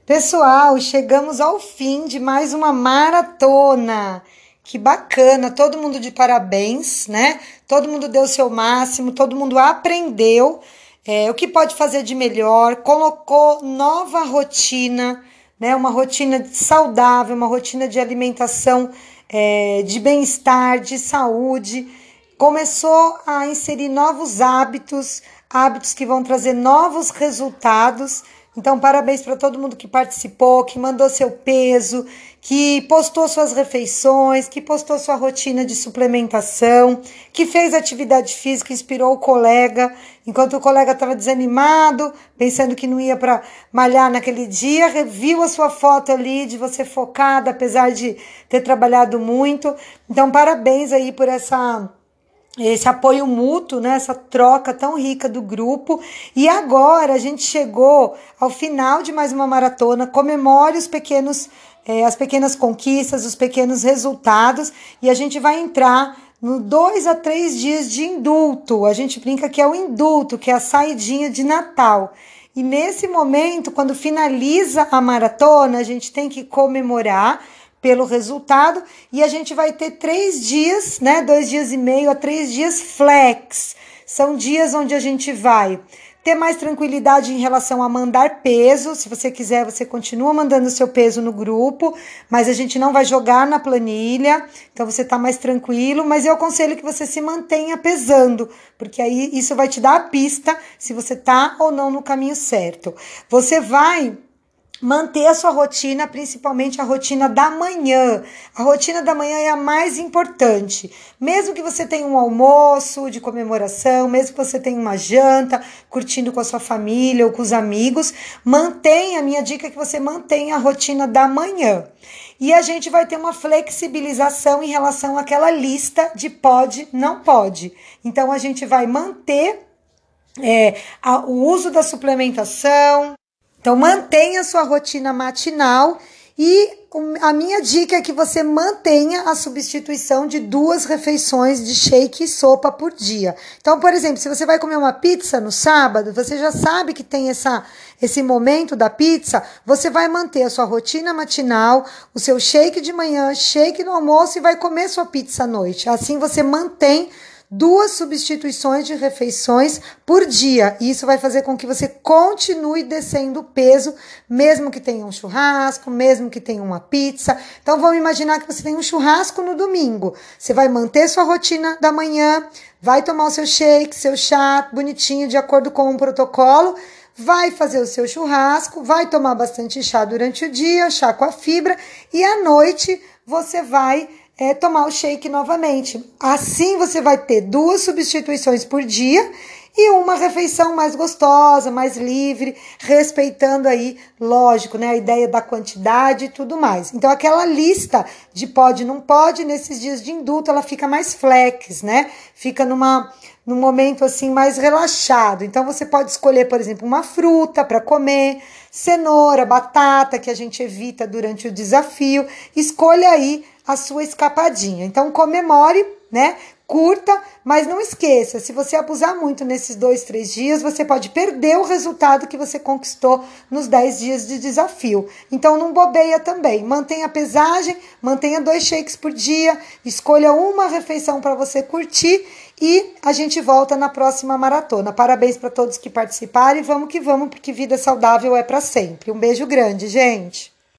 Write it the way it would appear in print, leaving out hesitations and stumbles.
Pessoal, chegamos ao fim de mais uma maratona. Que bacana, todo mundo de parabéns, né? Todo mundo deu o seu máximo, todo mundo aprendeu o que pode fazer de melhor, colocou nova rotina, né? Uma rotina saudável, uma rotina de alimentação, de bem-estar, de saúde. Começou a inserir novos hábitos, hábitos que vão trazer novos resultados. Então, parabéns para todo mundo que participou, que mandou seu peso, que postou suas refeições, que postou sua rotina de suplementação, que fez atividade física, inspirou o colega, enquanto o colega estava desanimado, pensando que não ia para malhar naquele dia, reviu a sua foto ali de você focada, apesar de ter trabalhado muito. Então, parabéns aí por esse apoio mútuo, né? Essa troca tão rica do grupo. E agora a gente chegou ao final de mais uma maratona. Comemore as pequenas conquistas, os pequenos resultados, e a gente vai entrar no 2 a 3 dias de indulto. A gente brinca que é o indulto, que é a saidinha de Natal. E nesse momento, quando finaliza a maratona, a gente tem que comemorar pelo resultado, e a gente vai ter 3 dias, né, 2,5 dias a 3 dias flex. São dias onde a gente vai ter mais tranquilidade em relação a mandar peso. Se você quiser, você continua mandando seu peso no grupo, mas a gente não vai jogar na planilha, então você tá mais tranquilo, mas eu aconselho que você se mantenha pesando, porque aí isso vai te dar a pista se você tá ou não no caminho certo. Você vai manter a sua rotina, principalmente a rotina da manhã. A rotina da manhã é a mais importante. Mesmo que você tenha um almoço de comemoração, mesmo que você tenha uma janta, curtindo com a sua família ou com os amigos, mantenha, a minha dica é que você mantenha a rotina da manhã. E a gente vai ter uma flexibilização em relação àquela lista de pode, não pode. Então, a gente vai manter o uso da suplementação. Então, mantenha a sua rotina matinal e a minha dica é que você mantenha a substituição de 2 refeições de shake e sopa por dia. Então, por exemplo, se você vai comer uma pizza no sábado, você já sabe que tem esse momento da pizza, você vai manter a sua rotina matinal, o seu shake de manhã, shake no almoço e vai comer sua pizza à noite. Assim você mantém 2 substituições de refeições por dia. E isso vai fazer com que você continue descendo o peso, mesmo que tenha um churrasco, mesmo que tenha uma pizza. Então, vamos imaginar que você tem um churrasco no domingo. Você vai manter sua rotina da manhã, vai tomar o seu shake, seu chá, bonitinho, de acordo com um protocolo, vai fazer o seu churrasco, vai tomar bastante chá durante o dia, chá com a fibra, e à noite você vai tomar o shake novamente. Assim você vai ter 2 substituições por dia e uma refeição mais gostosa, mais livre, respeitando aí, lógico, né, a ideia da quantidade e tudo mais. Então, aquela lista de pode e não pode, nesses dias de indulto, ela fica mais flex, né? Fica num momento assim mais relaxado. Então, você pode escolher, por exemplo, uma fruta para comer, cenoura, batata, que a gente evita durante o desafio. Escolha aí a sua escapadinha. Então, comemore, né? Curta, mas não esqueça, se você abusar muito nesses 2, 3 dias, você pode perder o resultado que você conquistou nos 10 dias de desafio. Então, não bobeia também. Mantenha a pesagem, mantenha 2 shakes por dia, escolha uma refeição para você curtir e a gente volta na próxima maratona. Parabéns para todos que participaram e vamos que vamos, porque vida saudável é para sempre. Um beijo grande, gente!